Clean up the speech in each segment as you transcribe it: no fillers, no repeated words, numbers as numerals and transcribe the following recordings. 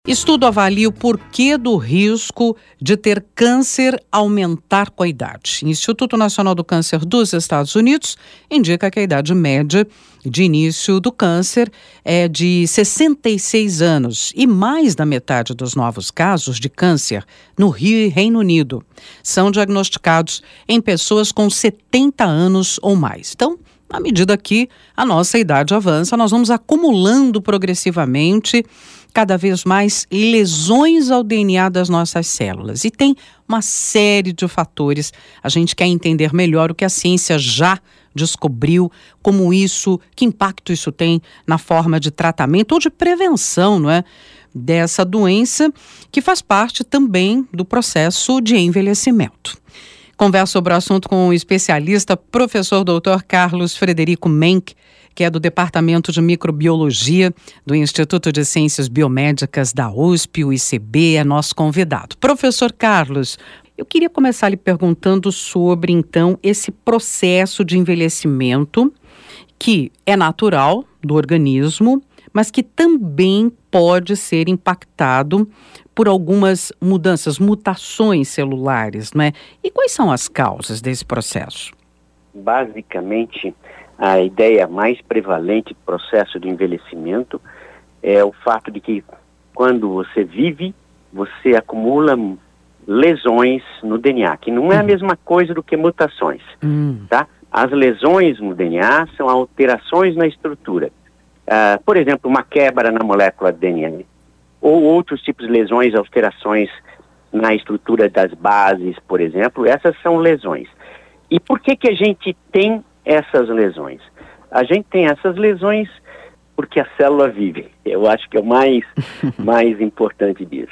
Estudo avalia o porquê do risco de ter câncer aumentar com a idade. O Instituto Nacional do Câncer dos Estados Unidos indica que a idade média de início do câncer é de 66 anos e mais da metade dos novos casos de câncer no Reino Unido são diagnosticados em pessoas com 70 anos ou mais. Então, à medida que a nossa idade avança, nós vamos acumulando progressivamente cada vez mais lesões ao DNA das nossas células. E tem uma série de fatores. A gente quer entender melhor o que a ciência já descobriu, como isso, que impacto isso tem na forma de tratamento ou de prevenção, não é, dessa doença, que faz parte também do processo de envelhecimento. Converso sobre o assunto com o especialista, professor Dr. Carlos Frederico Menck, que é do Departamento de Microbiologia do Instituto de Ciências Biomédicas da USP, o ICB, é nosso convidado. Professor Carlos, eu queria começar lhe perguntando sobre, então, esse processo de envelhecimento que é natural do organismo, mas que também pode ser impactado por algumas mudanças, mutações celulares, não é? E quais são as causas desse processo? Basicamente, a ideia mais prevalente do processo de envelhecimento é o fato de que quando você vive, você acumula lesões no DNA, que não é a mesma coisa do que mutações, tá? As lesões no DNA são alterações na estrutura. Por exemplo, uma quebra na molécula de DNA, ou outros tipos de lesões, alterações na estrutura das bases, por exemplo, essas são lesões. E por que a gente tem essas lesões? A gente tem essas lesões porque a célula vive. Eu acho que é o mais importante disso.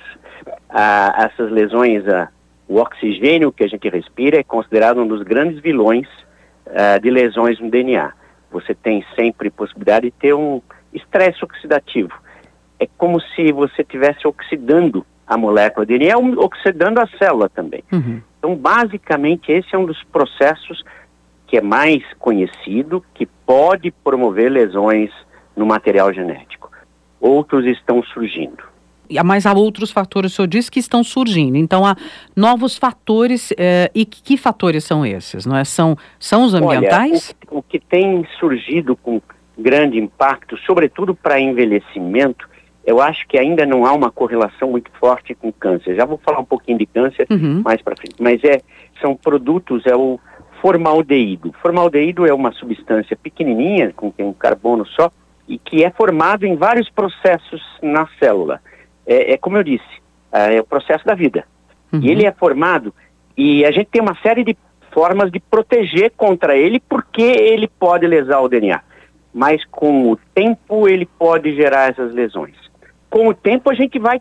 Essas lesões, o oxigênio que a gente respira é considerado um dos grandes vilões de lesões no DNA. Você tem sempre possibilidade de ter um estresse oxidativo. É como se você estivesse oxidando a molécula de DNA, oxidando a célula também. Então, basicamente, esse é um dos processos que é mais conhecido, que pode promover lesões no material genético. Outros estão surgindo. Mas há outros fatores, o senhor disse, que estão surgindo. Então, há novos fatores, e que fatores são esses? Não é? São os ambientais? Olha, o que tem surgido com grande impacto, sobretudo para envelhecimento, eu acho que ainda não há uma correlação muito forte com câncer. Já vou falar um pouquinho de câncer mais para frente. Mas são produtos, é o formaldeído. Formaldeído é uma substância pequenininha, com um carbono só, e que é formado em vários processos na célula. Como eu disse, é o processo da vida. E ele é formado, e a gente tem uma série de formas de proteger contra ele, porque ele pode lesar o DNA. Mas com o tempo ele pode gerar essas lesões. Com o tempo a gente vai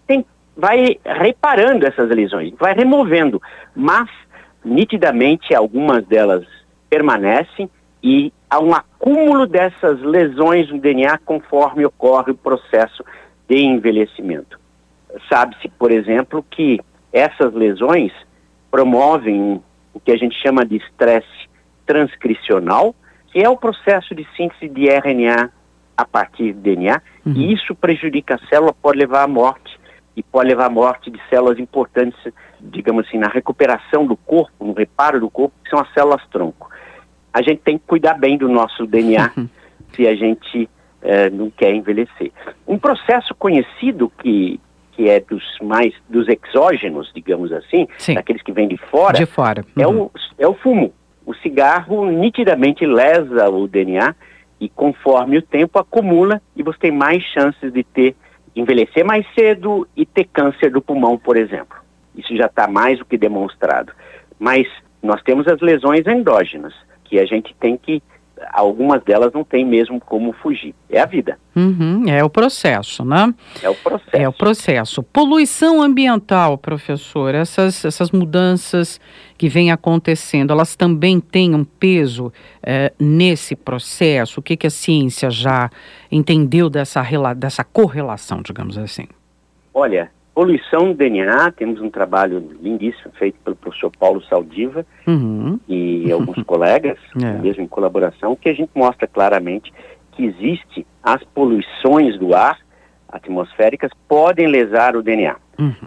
reparando essas lesões, vai removendo, mas nitidamente algumas delas permanecem e há um acúmulo dessas lesões no DNA conforme ocorre o processo de envelhecimento. Sabe-se, por exemplo, que essas lesões promovem o que a gente chama de estresse transcricional, que é o processo de síntese de RNA a partir do DNA, e isso prejudica a célula, pode levar à morte, e pode levar à morte de células importantes, digamos assim, na recuperação do corpo, no reparo do corpo, que são as células-tronco. A gente tem que cuidar bem do nosso DNA se a gente não quer envelhecer. Um processo conhecido que é dos exógenos, digamos assim, daqueles que vêm de fora, é o fumo. O cigarro nitidamente lesa o DNA e conforme o tempo acumula e você tem mais chances de envelhecer mais cedo e ter câncer do pulmão, por exemplo. Isso já está mais do que demonstrado. Mas nós temos as lesões endógenas, que a gente tem que, algumas delas não tem mesmo como fugir. É a vida. É o processo, né? É o processo. Poluição ambiental, professor, essas mudanças que vêm acontecendo, elas também têm um peso nesse processo? O que a ciência já entendeu dessa correlação, digamos assim? Olha, poluição do DNA, temos um trabalho lindíssimo feito pelo professor Paulo Saldiva e alguns colegas, mesmo em colaboração, que a gente mostra claramente que existe as poluições do ar, atmosféricas podem lesar o DNA.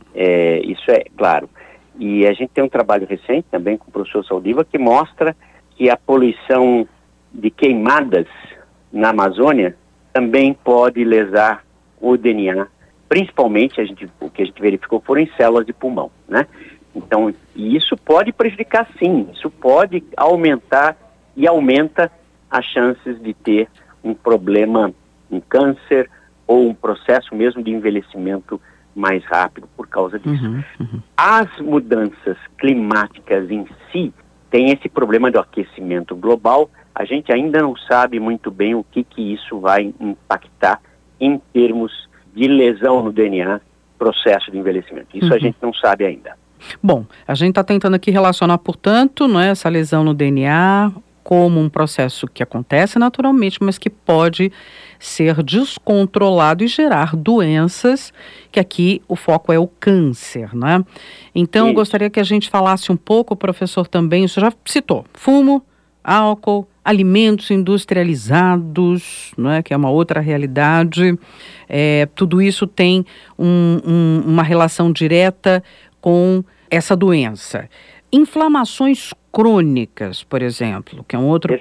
Isso é claro. E a gente tem um trabalho recente também com o professor Saldiva que mostra que a poluição de queimadas na Amazônia também pode lesar o DNA, principalmente o que a gente verificou foram em células de pulmão, né? Então, e isso pode prejudicar sim, isso pode aumentar e aumenta as chances de ter um problema, um câncer ou um processo mesmo de envelhecimento mais rápido por causa disso. As mudanças climáticas em si têm esse problema do aquecimento global. A gente ainda não sabe muito bem o que isso vai impactar em termos de lesão no DNA, processo de envelhecimento. Isso a gente não sabe ainda. Bom, a gente está tentando aqui relacionar, portanto, não é, essa lesão no DNA como um processo que acontece naturalmente, mas que pode ser descontrolado e gerar doenças, que aqui o foco é o câncer, né? Então, eu gostaria que a gente falasse um pouco, professor, também, o senhor já citou, fumo, álcool, alimentos industrializados, não é, que é uma outra realidade. Tudo isso tem uma relação direta com essa doença. Inflamações crônicas, por exemplo, que é um outro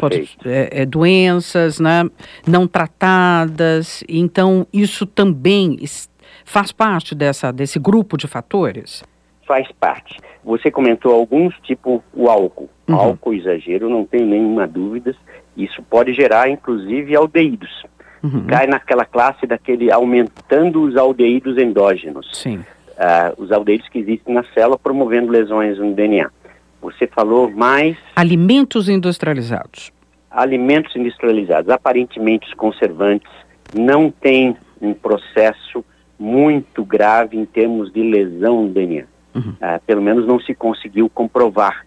doenças, né, não tratadas. Então, isso também faz parte desse grupo de fatores? Faz parte. Você comentou alguns, tipo o álcool. Álcool exagero, não tem nenhuma dúvida. Isso pode gerar, inclusive, aldeídos. Cai naquela classe daquele aumentando os aldeídos endógenos. Sim. Os aldeídos que existem na célula promovendo lesões no DNA. Você falou mais... Alimentos industrializados. Alimentos industrializados. Aparentemente, os conservantes não têm um processo muito grave em termos de lesão no DNA. Pelo menos não se conseguiu comprovar.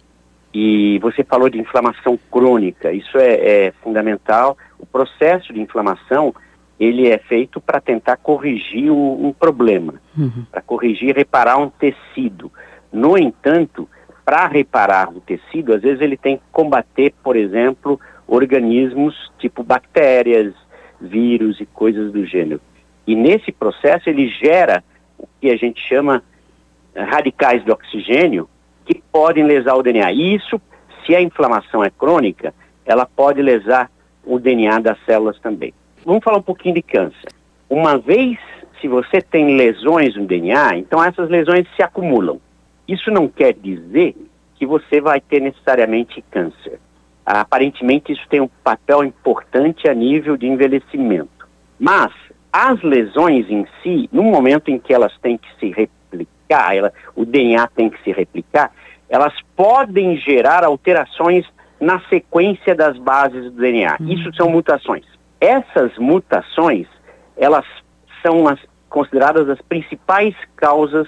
E você falou de inflamação crônica. Isso é fundamental. O processo de inflamação, ele é feito para tentar corrigir um problema, para corrigir, reparar um tecido. No entanto, para reparar o tecido, às vezes ele tem que combater, por exemplo, organismos tipo bactérias, vírus e coisas do gênero. E nesse processo ele gera o que a gente chama radicais de oxigênio que podem lesar o DNA. E isso, se a inflamação é crônica, ela pode lesar o DNA das células também. Vamos falar um pouquinho de câncer. Uma vez, se você tem lesões no DNA, então essas lesões se acumulam. Isso não quer dizer que você vai ter necessariamente câncer. Aparentemente, isso tem um papel importante a nível de envelhecimento. Mas as lesões em si, no momento em que elas têm que se replicar, o DNA tem que se replicar, elas podem gerar alterações na sequência das bases do DNA. Isso são mutações. Essas mutações, elas são consideradas as principais causas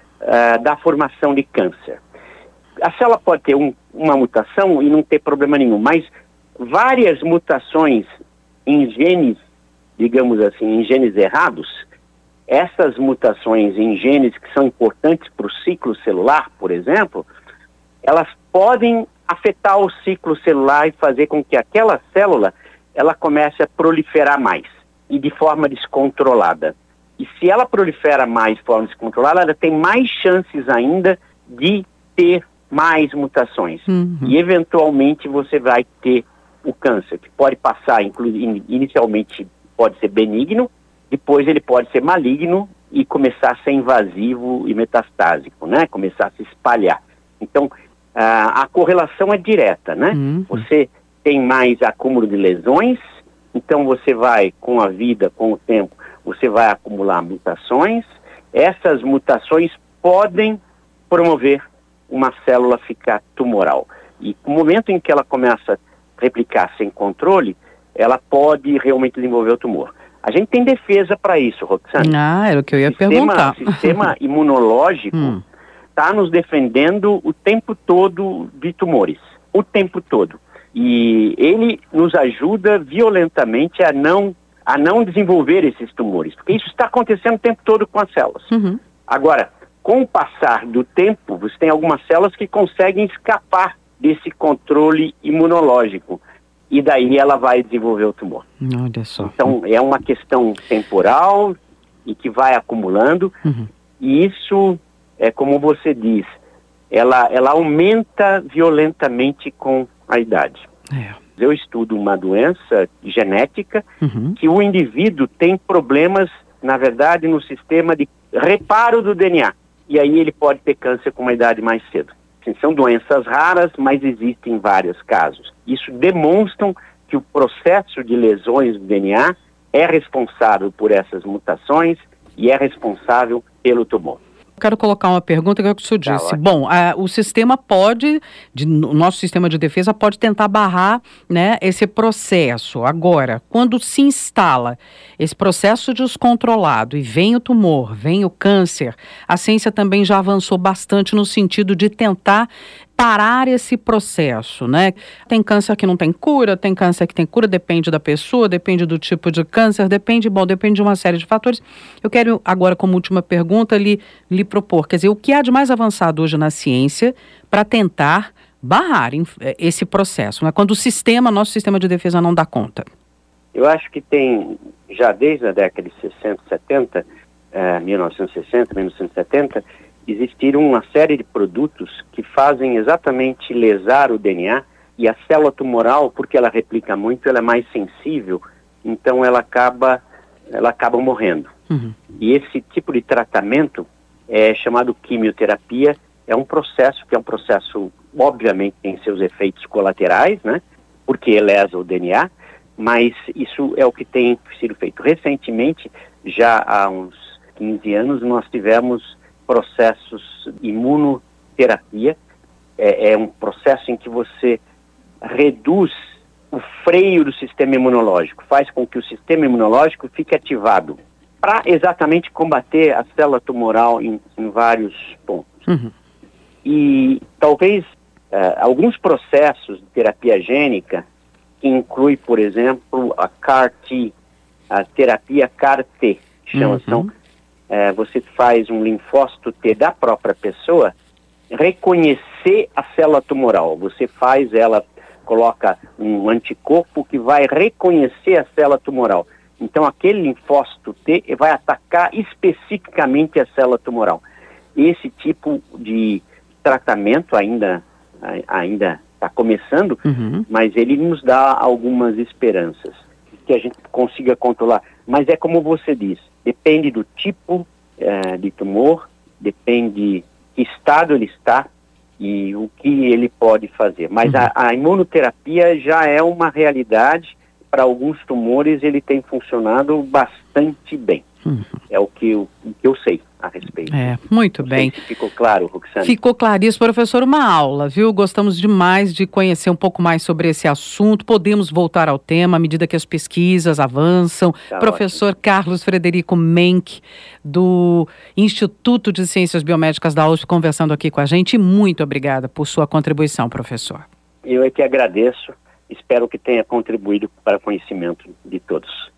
da formação de câncer. A célula pode ter uma mutação e não ter problema nenhum, mas várias mutações em genes, digamos assim, em genes errados, essas mutações em genes que são importantes para o ciclo celular, por exemplo, elas podem afetar o ciclo celular e fazer com que aquela célula ela comece a proliferar mais e de forma descontrolada. E se ela prolifera mais de forma descontrolada, ela tem mais chances ainda de ter mais mutações. E eventualmente você vai ter o câncer, que pode passar, inicialmente pode ser benigno, depois ele pode ser maligno e começar a ser invasivo e metastásico, né? Começar a se espalhar. Então, a correlação é direta, né? Você tem mais acúmulo de lesões, então você vai, com a vida, com o tempo, você vai acumular mutações. Essas mutações podem promover uma célula ficar tumoral. E no momento em que ela começa a replicar sem controle, ela pode realmente desenvolver o tumor. A gente tem defesa para isso, Roxane. Era o que eu ia perguntar. O sistema imunológico está nos defendendo o tempo todo de tumores. O tempo todo. E ele nos ajuda violentamente a não desenvolver esses tumores. Porque isso está acontecendo o tempo todo com as células. Agora, com o passar do tempo, você tem algumas células que conseguem escapar desse controle imunológico. E daí ela vai desenvolver o tumor. Olha só. Então, é uma questão temporal e que vai acumulando, e isso, como você diz, ela aumenta violentamente com a idade. Eu estudo uma doença genética que o indivíduo tem problemas, na verdade, no sistema de reparo do DNA. E aí ele pode ter câncer com uma idade mais cedo. São doenças raras, mas existem vários casos. Isso demonstra que o processo de lesões do DNA é responsável por essas mutações e é responsável pelo tumor. Quero colocar uma pergunta que é o que o senhor disse. Bom, o sistema pode, o nosso sistema de defesa pode tentar barrar, né, esse processo. Agora, quando se instala esse processo descontrolado e vem o tumor, vem o câncer, a ciência também já avançou bastante no sentido de tentar parar esse processo, né? Tem câncer que não tem cura, tem câncer que tem cura, depende da pessoa, depende do tipo de câncer, depende de uma série de fatores. Eu quero agora, como última pergunta, lhe propor, quer dizer, o que há de mais avançado hoje na ciência para tentar barrar esse processo, né? Quando nosso sistema de defesa não dá conta. Eu acho que tem, já desde a década de 60, 70, 1960, 1970, existiram uma série de produtos que fazem exatamente lesar o DNA, e a célula tumoral, porque ela replica muito, ela é mais sensível, então ela acaba morrendo. E esse tipo de tratamento é chamado quimioterapia, é um processo obviamente tem seus efeitos colaterais, né? Porque lesa o DNA, mas isso é o que tem sido feito. Recentemente, já há uns 15 anos, nós tivemos processos de imunoterapia. É um processo em que você reduz o freio do sistema imunológico, faz com que o sistema imunológico fique ativado para exatamente combater a célula tumoral em vários pontos. E talvez alguns processos de terapia gênica, que inclui, por exemplo, a CAR-T, a terapia CAR-T, chama-se. Você faz um linfócito T da própria pessoa reconhecer a célula tumoral. Você coloca um anticorpo que vai reconhecer a célula tumoral. Então, aquele linfócito T vai atacar especificamente a célula tumoral. Esse tipo de tratamento ainda está começando, mas ele nos dá algumas esperanças que a gente consiga controlar. Mas é como você diz, depende do tipo de tumor, depende que estado ele está e o que ele pode fazer. Mas a imunoterapia já é uma realidade. Para alguns tumores ele tem funcionado bastante bem. É o que eu sei a respeito. Muito bem. Ficou claro, Roxane? Ficou claríssimo, professor, uma aula, viu? Gostamos demais de conhecer um pouco mais sobre esse assunto. Podemos voltar ao tema à medida que as pesquisas avançam. Professor ótimo. Carlos Frederico Menck, do Instituto de Ciências Biomédicas da USP, conversando aqui com a gente. Muito obrigada por sua contribuição, professor. Eu é que agradeço. Espero que tenha contribuído para o conhecimento de todos.